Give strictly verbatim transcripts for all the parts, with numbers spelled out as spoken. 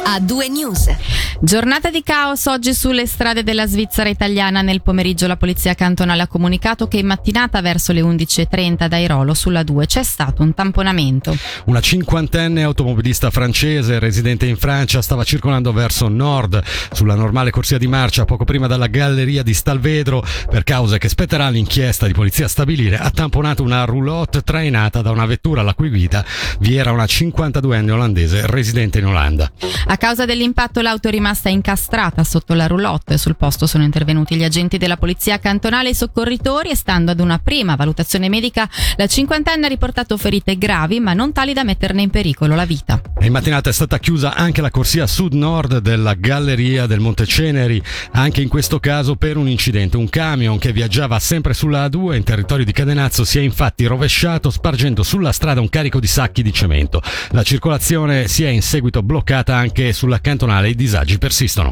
A due News. Giornata di caos oggi sulle strade della Svizzera italiana. Nel pomeriggio la polizia cantonale ha comunicato che in mattinata verso le undici e trenta da Airolo sulla due c'è stato un tamponamento. Una cinquantenne automobilista francese residente in Francia stava circolando verso nord sulla normale corsia di marcia poco prima dalla galleria di Stalvedro. Per cause che spetterà all'inchiesta di polizia stabilire, ha tamponato una roulotte trainata da una vettura alla cui guida vi era una cinquantaduenne olandese residente in Olanda. A causa dell'impatto l'auto è rimasta incastrata sotto la roulotte. Sul posto sono intervenuti gli agenti della polizia cantonale e i soccorritori e, stando ad una prima valutazione medica, la cinquantenne ha riportato ferite gravi ma non tali da metterne in pericolo la vita. In mattinata è stata chiusa anche la corsia sud-nord della galleria del Monte Ceneri, anche in questo caso per un incidente. Un camion che viaggiava sempre sulla A due in territorio di Cadenazzo si è infatti rovesciato spargendo sulla strada un carico di sacchi di cemento. La circolazione si è in seguito bloccata anche sulla cantonale, i disagi persistono.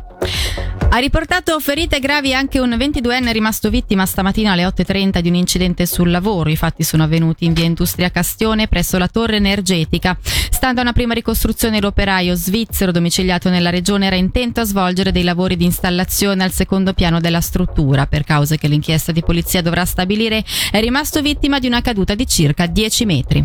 Ha riportato ferite gravi anche un ventiduenne rimasto vittima stamattina alle otto e trenta di un incidente sul lavoro. I fatti sono avvenuti in via Industria Castione presso la torre energetica. Stando a una prima ricostruzione, l'operaio svizzero domiciliato nella regione era intento a svolgere dei lavori di installazione al secondo piano della struttura. Per cause che l'inchiesta di polizia dovrà stabilire, è rimasto vittima di una caduta di circa dieci metri.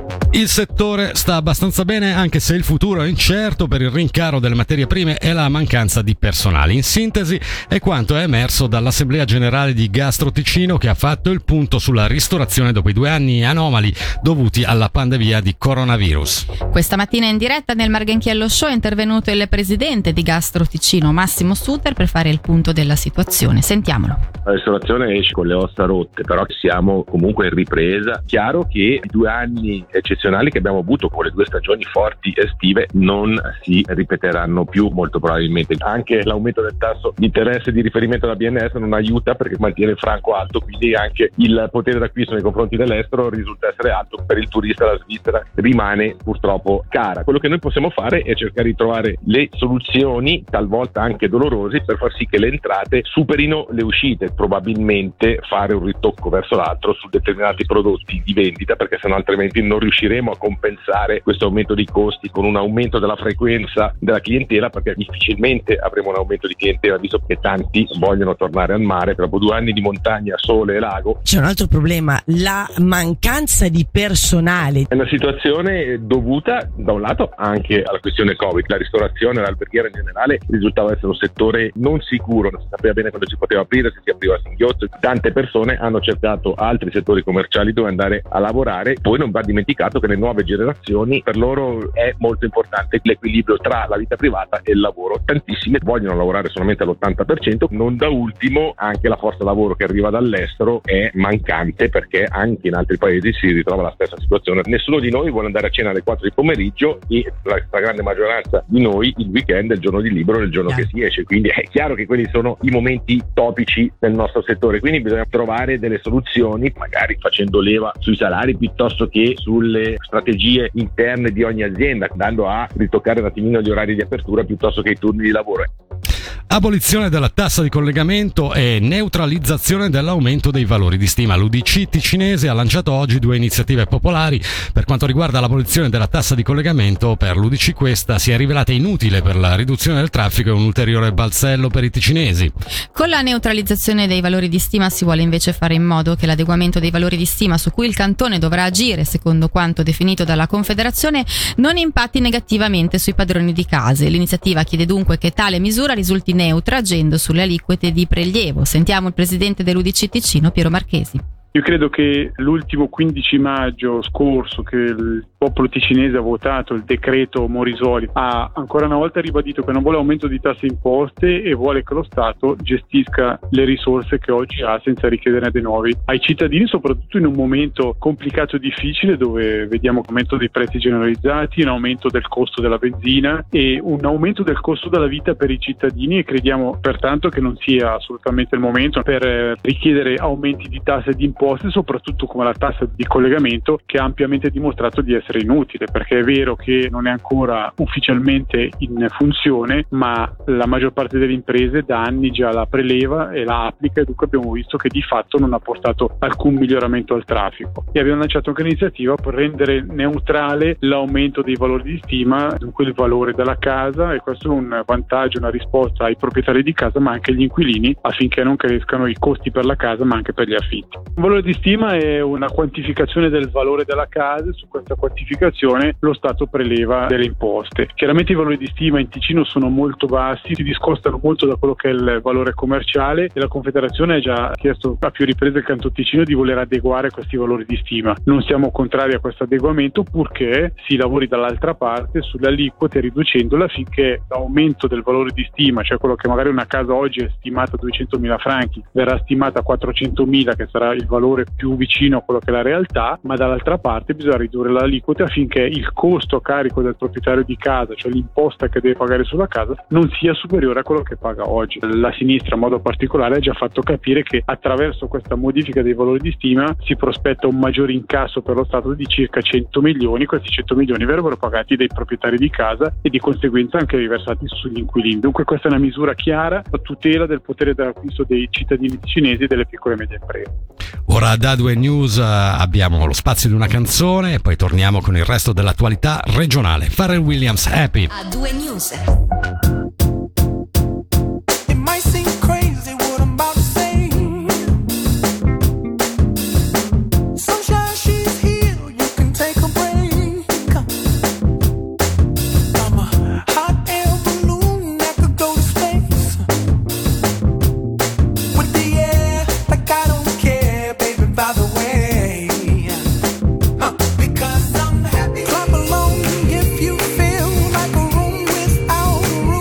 Il settore sta abbastanza bene, anche se il futuro è incerto per il rincaro delle materie prime e la mancanza di personale. In sintesi è quanto è emerso dall'Assemblea Generale di Gastro Ticino, che ha fatto il punto sulla ristorazione dopo i due anni anomali dovuti alla pandemia di coronavirus. Questa mattina in diretta nel Marghenchiello Show è intervenuto il presidente di Gastro Ticino, Massimo Suter, per fare il punto della situazione. Sentiamolo. La ristorazione esce con le ossa rotte, però siamo comunque in ripresa. Chiaro che i due anni eccezionali che abbiamo avuto con le due stagioni forti estive non si ripeteranno più, molto probabilmente. Anche l'aumento del tasso di interesse di riferimento della B N S non aiuta, perché mantiene il franco alto, quindi anche il potere d'acquisto nei confronti dell'estero risulta essere alto. Per il turista la Svizzera rimane purtroppo cara. Quello che noi possiamo fare è cercare di trovare le soluzioni, talvolta anche dolorose, per far sì che le entrate superino le uscite. Probabilmente fare un ritocco verso l'altro su determinati prodotti di vendita, perché sennò altrimenti non riusciremo a compensare questo aumento di costi con un aumento della frequenza della clientela, perché difficilmente avremo un aumento di clientela, visto che tanti vogliono tornare al mare dopo due anni di montagna, sole e lago. C'è un altro problema, la mancanza di personale. È una situazione dovuta da un lato anche alla questione Covid. La ristorazione, l'alberghiera in generale risultava essere un settore non sicuro, non si sapeva bene quando si poteva aprire, se si apriva a singhiozzo. Tante persone hanno cercato altri settori commerciali dove andare a lavorare. Poi non va dimenticato che le nuove generazioni, per loro è molto importante l'equilibrio tra la vita privata e il lavoro. Tantissime vogliono lavorare solamente all'ottanta per cento. Non da ultimo anche la forza lavoro che arriva dall'estero è mancante, perché anche in altri paesi si ritrova la stessa situazione. Nessuno di noi vuole andare a cena alle quattro di pomeriggio e la stragrande maggioranza di noi il weekend è il giorno di libero, è il giorno yeah. che si esce. Quindi è chiaro che quelli sono i momenti topici del nostro settore, quindi bisogna trovare delle soluzioni, magari facendo leva sui salari piuttosto che sulle strategie interne di ogni azienda, andando a ritoccare un attimino gli orari di apertura piuttosto che i turni di lavoro. Abolizione della tassa di collegamento e neutralizzazione dell'aumento dei valori di stima. L'U D C ticinese ha lanciato oggi due iniziative popolari. Per quanto riguarda l'abolizione della tassa di collegamento, per l'U D C questa si è rivelata inutile per la riduzione del traffico e un ulteriore balzello per i ticinesi. Con la neutralizzazione dei valori di stima si vuole invece fare in modo che l'adeguamento dei valori di stima su cui il cantone dovrà agire, secondo quanto definito dalla Confederazione, non impatti negativamente sui padroni di case. L'iniziativa chiede dunque che tale misura risulti neutra, agendo sulle aliquote di prelievo. Sentiamo il presidente dell'U D C Ticino, Piero Marchesi. Io credo che l'ultimo quindici maggio scorso, che il popolo ticinese ha votato il decreto Morisoli, ha ancora una volta ribadito che non vuole aumento di tasse e imposte e vuole che lo Stato gestisca le risorse che oggi ha senza richiederne dei nuovi ai cittadini, soprattutto in un momento complicato e difficile dove vediamo un aumento dei prezzi generalizzati, un aumento del costo della benzina e un aumento del costo della vita per i cittadini, e crediamo pertanto che non sia assolutamente il momento per richiedere aumenti di tasse e di imposte imposte, soprattutto come la tassa di collegamento, che ha ampiamente dimostrato di essere inutile, perché è vero che non è ancora ufficialmente in funzione, ma la maggior parte delle imprese da anni già la preleva e la applica, e dunque abbiamo visto che di fatto non ha portato alcun miglioramento al traffico. E abbiamo lanciato anche un'iniziativa per rendere neutrale l'aumento dei valori di stima, dunque il valore della casa, e questo è un vantaggio, una risposta ai proprietari di casa ma anche agli inquilini, affinché non crescano i costi per la casa ma anche per gli affitti. Il valore di stima è una quantificazione del valore della casa, e su questa quantificazione lo Stato preleva delle imposte. Chiaramente i valori di stima in Ticino sono molto bassi, si discostano molto da quello che è il valore commerciale, e la Confederazione ha già chiesto a più riprese al Canton Ticino di voler adeguare questi valori di stima. Non siamo contrari a questo adeguamento, purché si lavori dall'altra parte sulle aliquote, riducendola, affinché l'aumento del valore di stima, cioè quello che magari una casa oggi è stimata a duecentomila franchi, verrà stimata a quattrocentomila, che sarà il valore più vicino a quello che è la realtà, ma dall'altra parte bisogna ridurre l'aliquota affinché il costo a carico del proprietario di casa, cioè l'imposta che deve pagare sulla casa, non sia superiore a quello che paga oggi. La sinistra in modo particolare ha già fatto capire che attraverso questa modifica dei valori di stima si prospetta un maggiore incasso per lo Stato di circa cento milioni. Questi cento milioni verrebbero pagati dai proprietari di casa e di conseguenza anche riversati sugli inquilini. Dunque questa è una misura chiara a tutela del potere d'acquisto dei cittadini ticinesi e delle piccole e medie imprese. Ora da due News uh, abbiamo lo spazio di una canzone e poi torniamo con il resto dell'attualità regionale. Pharrell Williams, Happy. A due News. Clap along if you feel like a room without a roof.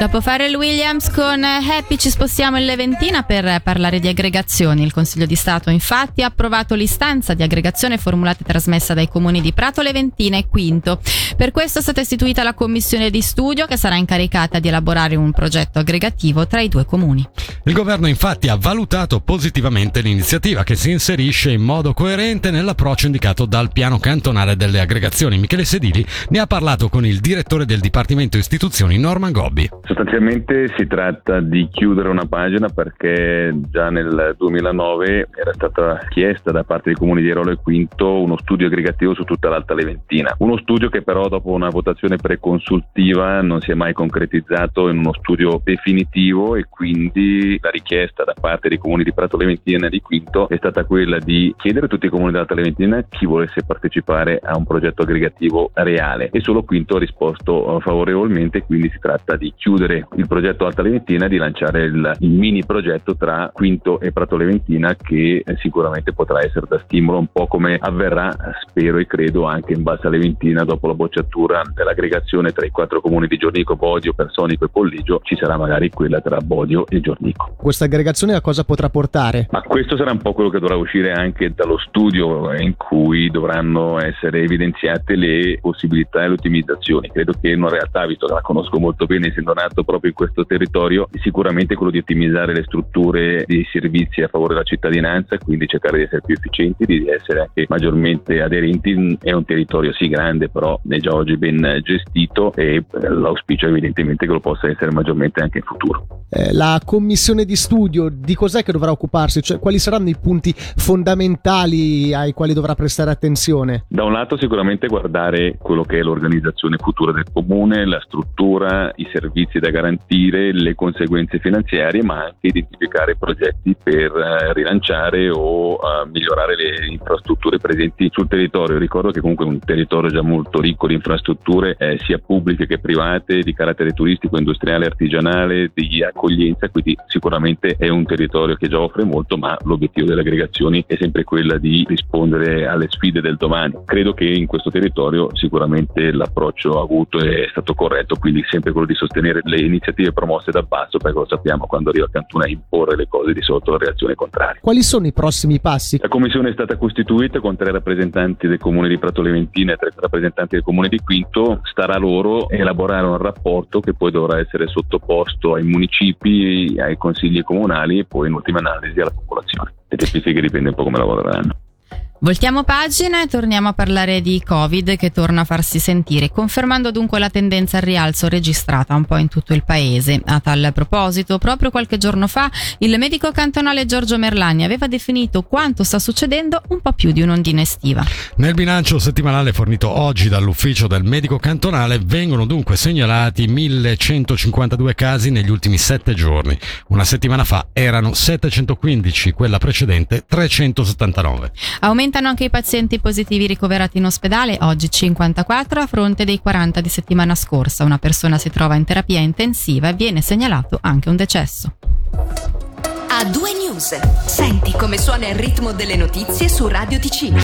Dopo Pharrell Williams con Happy ci spostiamo in Leventina per parlare di aggregazioni. Il Consiglio di Stato infatti ha approvato l'istanza di aggregazione formulata e trasmessa dai comuni di Prato Leventina e Quinto. Per questo è stata istituita la commissione di studio che sarà incaricata di elaborare un progetto aggregativo tra i due comuni. Il governo infatti ha valutato positivamente l'iniziativa che si inserisce in modo coerente nell'approccio indicato dal piano cantonale delle aggregazioni. Michele Sedili ne ha parlato con il direttore del Dipartimento Istituzioni Norman Gobbi. Sostanzialmente si tratta di chiudere una pagina perché già nel duemilanove era stata chiesta da parte dei comuni di Airolo e Quinto uno studio aggregativo su tutta l'Alta Leventina. Uno studio che però dopo una votazione preconsultiva non si è mai concretizzato in uno studio definitivo e quindi la richiesta da parte dei comuni di Prato Leventina e di Quinto è stata quella di chiedere a tutti i comuni dell'Alta Leventina chi volesse partecipare a un progetto aggregativo reale e solo Quinto ha risposto favorevolmente, quindi si tratta di chiudere il progetto Alta Leventina e di lanciare il, il mini progetto tra Quinto e Prato Leventina che eh, sicuramente potrà essere da stimolo, un po' come avverrà, spero e credo, anche in Bassa Leventina dopo la bocciatura dell'aggregazione tra i quattro comuni di Giornico, Bodio, Personico e Polligio, ci sarà magari quella tra Bodio e Giornico. Questa aggregazione a cosa potrà portare? Ma questo sarà un po' quello che dovrà uscire anche dallo studio in cui dovranno essere evidenziate le possibilità e le ottimizzazioni. Credo che in una realtà, visto che la conosco molto bene, essendo nato proprio in questo territorio, è sicuramente quello di ottimizzare le strutture dei servizi a favore della cittadinanza, quindi cercare di essere più efficienti, di essere anche maggiormente aderenti. È un territorio sì grande, però è già oggi ben gestito e l'auspicio è evidentemente che lo possa essere maggiormente anche in futuro. Eh, la commissione di studio di cos'è che dovrà occuparsi? Cioè, quali saranno i punti fondamentali ai quali dovrà prestare attenzione? Da un lato sicuramente guardare quello che è l'organizzazione futura del comune, la struttura, i servizi da garantire, le conseguenze finanziarie, ma anche identificare progetti per uh, rilanciare o uh, migliorare le infrastrutture presenti sul territorio. Ricordo che comunque è un territorio già molto ricco di infrastrutture eh, sia pubbliche che private, di carattere turistico, industriale, artigianale, di accoglienza, quindi sicuramente è un territorio che già offre molto, ma l'obiettivo delle aggregazioni è sempre quella di rispondere alle sfide del domani. Credo che in questo territorio sicuramente l'approccio avuto è stato corretto, quindi sempre quello di sostenere le iniziative promosse dal basso, perché lo sappiamo, quando arriva Cantona a imporre le cose di sotto la reazione è contraria. Quali sono i prossimi passi? La commissione è stata costituita con tre rappresentanti del comune di Prato Leventina e tre rappresentanti del comune di Quinto. Starà a loro elaborare un rapporto che poi dovrà essere sottoposto ai municipi, ai consigli comunali e poi in ultima analisi alla popolazione. Le tempistiche dipende un po' come lavoreranno. Voltiamo pagina e torniamo a parlare di Covid che torna a farsi sentire, confermando dunque la tendenza al rialzo registrata un po' in tutto il paese. A tal proposito, proprio qualche giorno fa, il medico cantonale Giorgio Merlani aveva definito quanto sta succedendo un po' più di un'ondina estiva. Nel bilancio settimanale fornito oggi dall'ufficio del medico cantonale vengono dunque segnalati millecentocinquantadue casi negli ultimi sette giorni. Una settimana fa erano settecentoquindici, quella precedente trecentosettantanove. Aumentano anche i pazienti positivi ricoverati in ospedale, oggi cinquantaquattro a fronte dei quaranta di settimana scorsa. Una persona si trova in terapia intensiva e viene segnalato anche un decesso. A due News. Senti come suona il ritmo delle notizie su Radio Ticino.